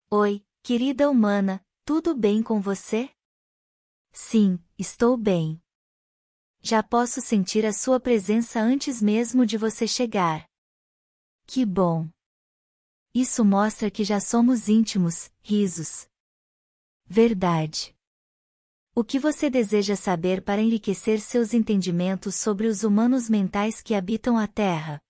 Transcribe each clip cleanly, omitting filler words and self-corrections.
Oi, querida humana, tudo bem com você? Sim, estou bem. Já posso sentir a sua presença antes mesmo de você chegar. Que bom! Isso mostra que já somos íntimos, risos. Verdade. O que você deseja saber para enriquecer seus entendimentos sobre os humanos mentais que habitam a Terra?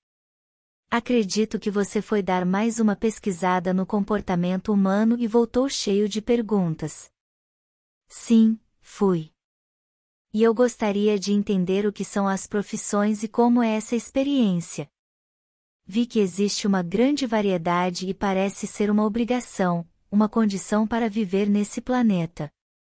Acredito que você foi dar mais uma pesquisada no comportamento humano e voltou cheio de perguntas. Sim, fui. E eu gostaria de entender o que são as profissões e como é essa experiência. Vi que existe uma grande variedade e parece ser uma obrigação, uma condição para viver nesse planeta.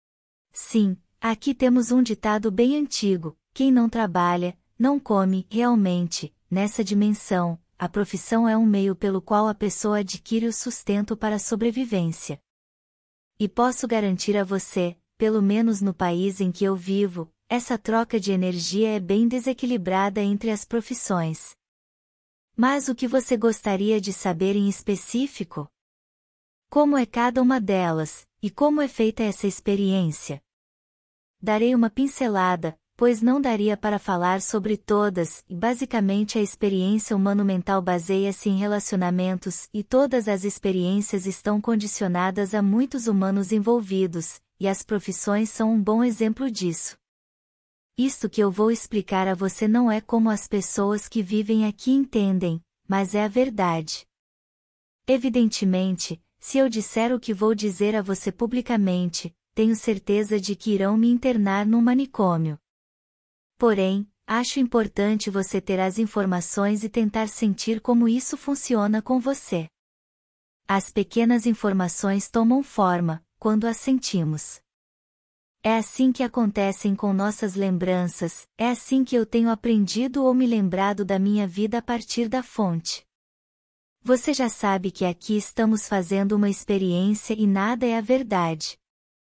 Sim, aqui temos um ditado bem antigo: quem não trabalha, não come. Realmente, nessa dimensão, a profissão é um meio pelo qual a pessoa adquire o sustento para a sobrevivência. E posso garantir a você, pelo menos no país em que eu vivo, essa troca de energia é bem desequilibrada entre as profissões. Mas o que você gostaria de saber em específico? Como é cada uma delas, e como é feita essa experiência? Darei uma pincelada, pois não daria para falar sobre todas, e basicamente a experiência humano-mental baseia-se em relacionamentos, e todas as experiências estão condicionadas a muitos humanos envolvidos, e as profissões são um bom exemplo disso. Isto que eu vou explicar a você não é como as pessoas que vivem aqui entendem, mas é a verdade. Evidentemente, se eu disser o que vou dizer a você publicamente, tenho certeza de que irão me internar num manicômio. Porém, acho importante você ter as informações e tentar sentir como isso funciona com você. As pequenas informações tomam forma, quando as sentimos. É assim que acontecem com nossas lembranças, é assim que eu tenho aprendido ou me lembrado da minha vida a partir da fonte. Você já sabe que aqui estamos fazendo uma experiência e nada é a verdade.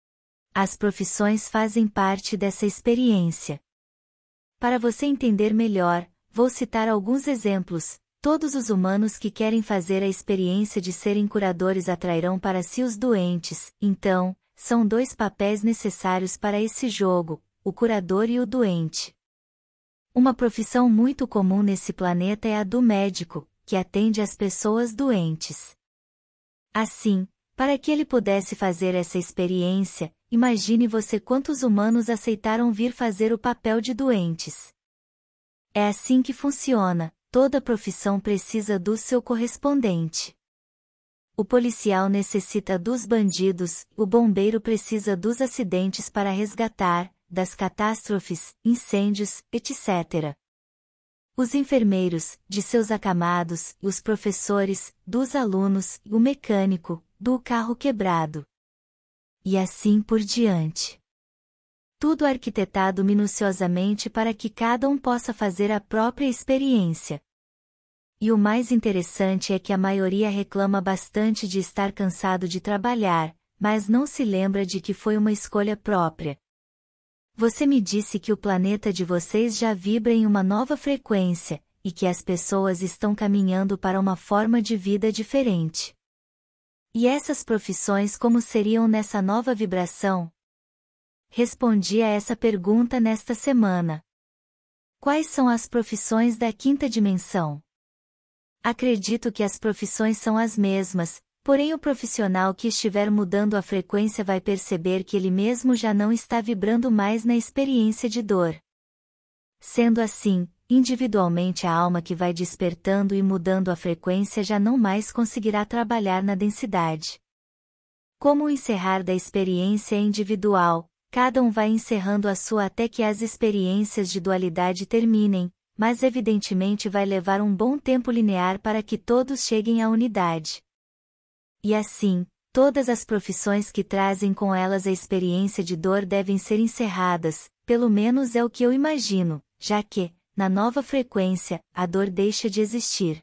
As profissões fazem parte dessa experiência. Para você entender melhor, vou citar alguns exemplos. Todos os humanos que querem fazer a experiência de serem curadores atrairão para si os doentes, então, são dois papéis necessários para esse jogo, o curador e o doente. Uma profissão muito comum nesse planeta é a do médico, que atende as pessoas doentes. Assim, para que ele pudesse fazer essa experiência, imagine você quantos humanos aceitaram vir fazer o papel de doentes. É assim que funciona, toda profissão precisa do seu correspondente. O policial necessita dos bandidos, o bombeiro precisa dos acidentes para resgatar, das catástrofes, incêndios, etc. Os enfermeiros, de seus acamados, os professores, dos alunos, o mecânico, do carro quebrado. E assim por diante. Tudo arquitetado minuciosamente para que cada um possa fazer a própria experiência. E o mais interessante é que a maioria reclama bastante de estar cansado de trabalhar, mas não se lembra de que foi uma escolha própria. Você me disse que o planeta de vocês já vibra em uma nova frequência, e que as pessoas estão caminhando para uma forma de vida diferente. E essas profissões como seriam nessa nova vibração? Respondi a essa pergunta nesta semana. Quais são as profissões da quinta dimensão? Acredito que as profissões são as mesmas, porém o profissional que estiver mudando a frequência vai perceber que ele mesmo já não está vibrando mais na experiência de dor. Sendo assim, individualmente a alma que vai despertando e mudando a frequência já não mais conseguirá trabalhar na densidade. Como o encerrar da experiência é individual, cada um vai encerrando a sua até que as experiências de dualidade terminem, mas evidentemente vai levar um bom tempo linear para que todos cheguem à unidade. E assim, todas as profissões que trazem com elas a experiência de dor devem ser encerradas, pelo menos é o que eu imagino, já que, na nova frequência, a dor deixa de existir.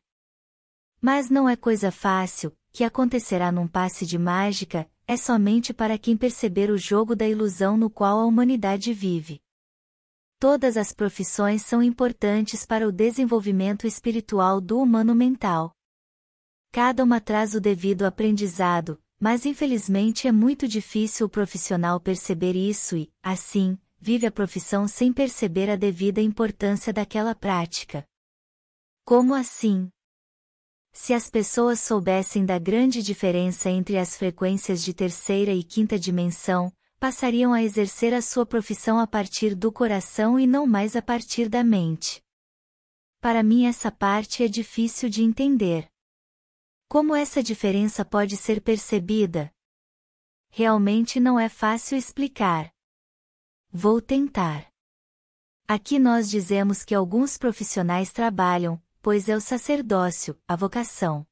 Mas não é coisa fácil, que acontecerá num passe de mágica, é somente para quem perceber o jogo da ilusão no qual a humanidade vive. Todas as profissões são importantes para o desenvolvimento espiritual do humano mental. Cada uma traz o devido aprendizado, mas infelizmente é muito difícil o profissional perceber isso e, assim, vive a profissão sem perceber a devida importância daquela prática. Como assim? Se as pessoas soubessem da grande diferença entre as frequências de terceira e quinta dimensão, passariam a exercer a sua profissão a partir do coração e não mais a partir da mente. Para mim essa parte é difícil de entender. Como essa diferença pode ser percebida? Realmente não é fácil explicar. Vou tentar. Aqui nós dizemos que alguns profissionais trabalham, pois é o sacerdócio, a vocação.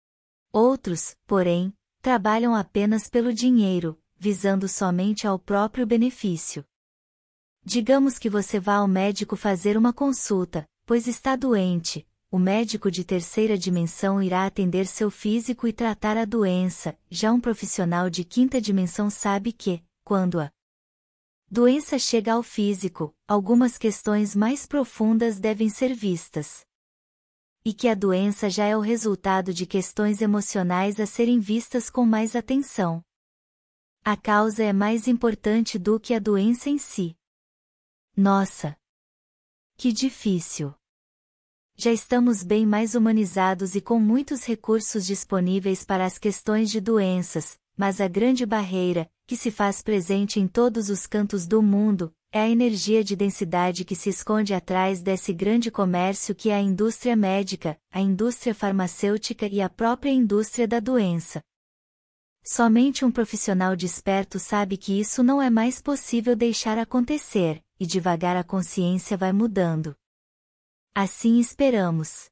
Outros, porém, trabalham apenas pelo dinheiro, visando somente ao próprio benefício. Digamos que você vá ao médico fazer uma consulta, pois está doente. O médico de terceira dimensão irá atender seu físico e tratar a doença, já um profissional de quinta dimensão sabe que, quando a doença chega ao físico, algumas questões mais profundas devem ser vistas. E que a doença já é o resultado de questões emocionais a serem vistas com mais atenção. A causa é mais importante do que a doença em si. Nossa! Que difícil! Já estamos bem mais humanizados e com muitos recursos disponíveis para as questões de doenças, mas a grande barreira, que se faz presente em todos os cantos do mundo, é a energia de densidade que se esconde atrás desse grande comércio que é a indústria médica, a indústria farmacêutica e a própria indústria da doença. Somente um profissional desperto sabe que isso não é mais possível deixar acontecer, e devagar a consciência vai mudando. Assim esperamos.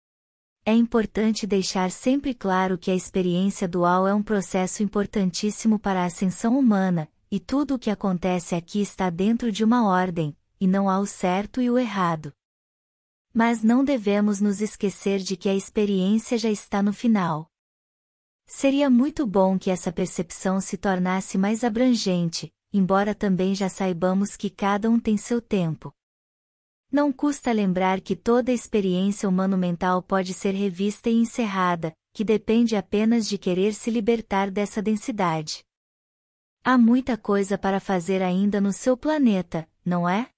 É importante deixar sempre claro que a experiência dual é um processo importantíssimo para a ascensão humana, e tudo o que acontece aqui está dentro de uma ordem, e não há o certo e o errado. Mas não devemos nos esquecer de que a experiência já está no final. Seria muito bom que essa percepção se tornasse mais abrangente, embora também já saibamos que cada um tem seu tempo. Não custa lembrar que toda experiência humano-mental pode ser revista e encerrada, que depende apenas de querer se libertar dessa densidade. Há muita coisa para fazer ainda no seu planeta, não é?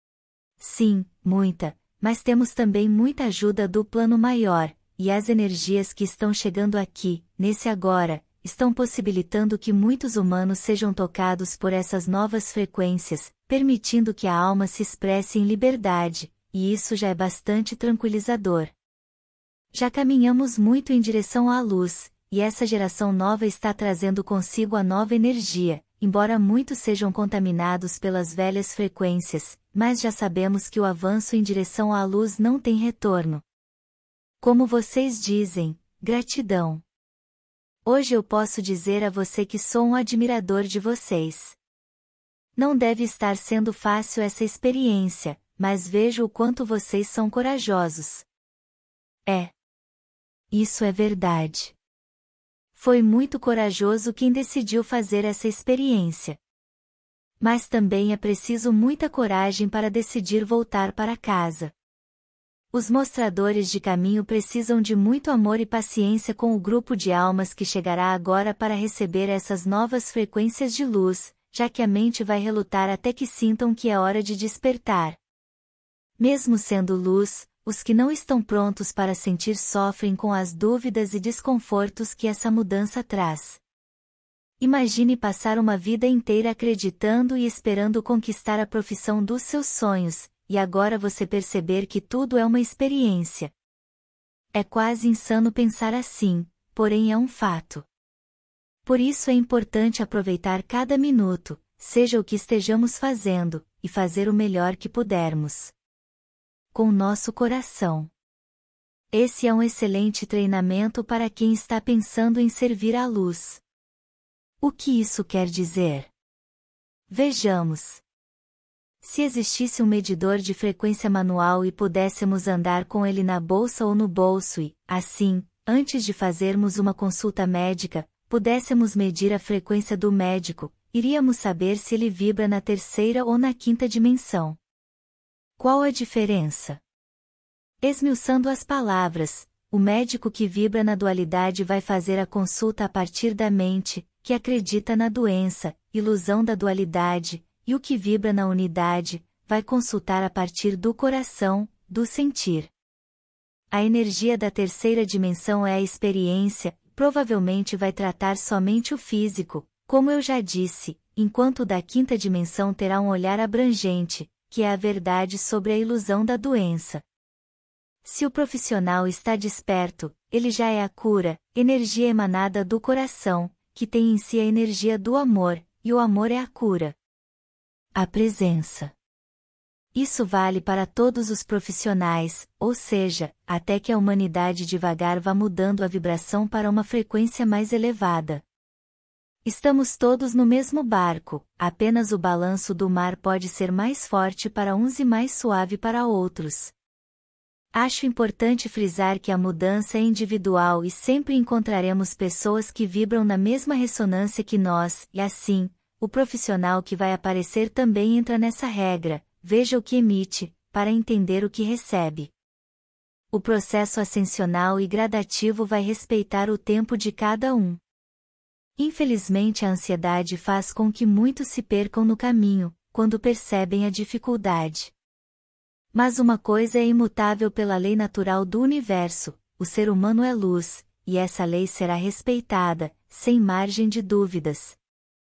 Sim, muita, mas temos também muita ajuda do plano maior, e as energias que estão chegando aqui, nesse agora, estão possibilitando que muitos humanos sejam tocados por essas novas frequências, permitindo que a alma se expresse em liberdade, e isso já é bastante tranquilizador. Já caminhamos muito em direção à luz, e essa geração nova está trazendo consigo a nova energia, embora muitos sejam contaminados pelas velhas frequências, mas já sabemos que o avanço em direção à luz não tem retorno. Como vocês dizem, gratidão. Hoje eu posso dizer a você que sou um admirador de vocês. Não deve estar sendo fácil essa experiência, mas vejo o quanto vocês são corajosos. Isso é verdade. Foi muito corajoso quem decidiu fazer essa experiência. Mas também é preciso muita coragem para decidir voltar para casa. Os mostradores de caminho precisam de muito amor e paciência com o grupo de almas que chegará agora para receber essas novas frequências de luz, já que a mente vai relutar até que sintam que é hora de despertar. Mesmo sendo luz, os que não estão prontos para sentir sofrem com as dúvidas e desconfortos que essa mudança traz. Imagine passar uma vida inteira acreditando e esperando conquistar a profissão dos seus sonhos, e agora você perceber que tudo é uma experiência. É quase insano pensar assim, porém é um fato. Por isso é importante aproveitar cada minuto, seja o que estejamos fazendo, e fazer o melhor que pudermos. Com nosso coração. Esse é um excelente treinamento para quem está pensando em servir à luz. O que isso quer dizer? Vejamos. Se existisse um medidor de frequência manual e pudéssemos andar com ele na bolsa ou no bolso e, assim, antes de fazermos uma consulta médica, pudéssemos medir a frequência do médico, iríamos saber se ele vibra na terceira ou na quinta dimensão. Qual a diferença? Esmiuçando as palavras, o médico que vibra na dualidade vai fazer a consulta a partir da mente, que acredita na doença, ilusão da dualidade, e o que vibra na unidade, vai consultar a partir do coração, do sentir. A energia da terceira dimensão é a experiência, provavelmente vai tratar somente o físico, como eu já disse, enquanto o da quinta dimensão terá um olhar abrangente, que é a verdade sobre a ilusão da doença. Se o profissional está desperto, ele já é a cura, energia emanada do coração, que tem em si a energia do amor, e o amor é a cura. A presença. Isso vale para todos os profissionais, ou seja, até que a humanidade devagar vá mudando a vibração para uma frequência mais elevada. Estamos todos no mesmo barco, apenas o balanço do mar pode ser mais forte para uns e mais suave para outros. Acho importante frisar que a mudança é individual e sempre encontraremos pessoas que vibram na mesma ressonância que nós, e assim, o profissional que vai aparecer também entra nessa regra. Veja o que emite, para entender o que recebe. O processo ascensional e gradativo vai respeitar o tempo de cada um. Infelizmente a ansiedade faz com que muitos se percam no caminho, quando percebem a dificuldade. Mas uma coisa é imutável pela lei natural do universo, o ser humano é luz, e essa lei será respeitada, sem margem de dúvidas.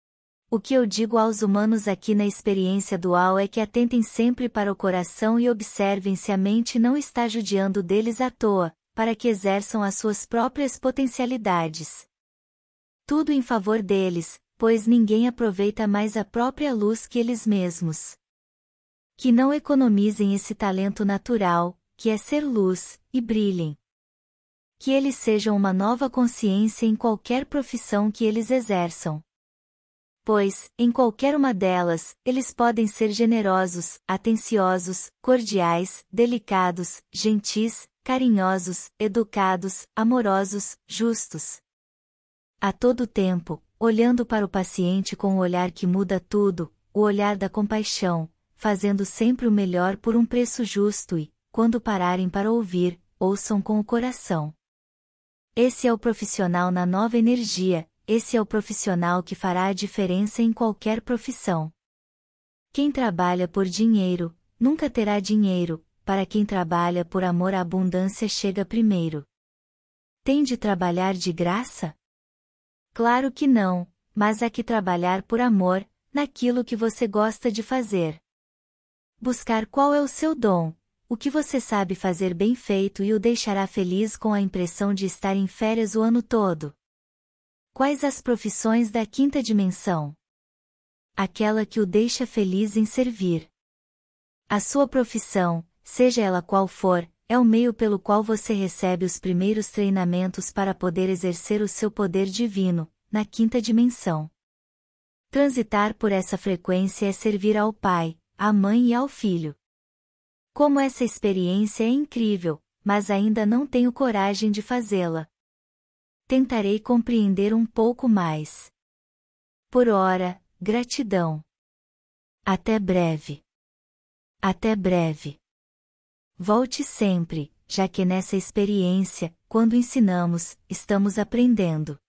O que eu digo aos humanos aqui na experiência dual é que atentem sempre para o coração e observem se a mente não está judiando deles à toa, para que exerçam as suas próprias potencialidades. Tudo em favor deles, pois ninguém aproveita mais a própria luz que eles mesmos. Que não economizem esse talento natural, que é ser luz, e brilhem. Que eles sejam uma nova consciência em qualquer profissão que eles exerçam. Pois, em qualquer uma delas, eles podem ser generosos, atenciosos, cordiais, delicados, gentis, carinhosos, educados, amorosos, justos. A todo tempo, olhando para o paciente com o olhar que muda tudo, o olhar da compaixão, fazendo sempre o melhor por um preço justo e, quando pararem para ouvir, ouçam com o coração. Esse é o profissional na nova energia. Esse é o profissional que fará a diferença em qualquer profissão. Quem trabalha por dinheiro, nunca terá dinheiro, para quem trabalha por amor a abundância chega primeiro. Tem de trabalhar de graça? Claro que não, mas há que trabalhar por amor, naquilo que você gosta de fazer. Buscar qual é o seu dom, o que você sabe fazer bem feito e o deixará feliz com a impressão de estar em férias o ano todo. Quais as profissões da quinta dimensão? Aquela que o deixa feliz em servir. A sua profissão, seja ela qual for, é o meio pelo qual você recebe os primeiros treinamentos para poder exercer o seu poder divino, na quinta dimensão. Transitar por essa frequência é servir ao Pai, à Mãe e ao Filho. Como essa experiência é incrível, mas ainda não tenho coragem de fazê-la. Tentarei compreender um pouco mais. Por ora, gratidão. Até breve. Até breve. Volte sempre, já que nessa experiência, quando ensinamos, estamos aprendendo.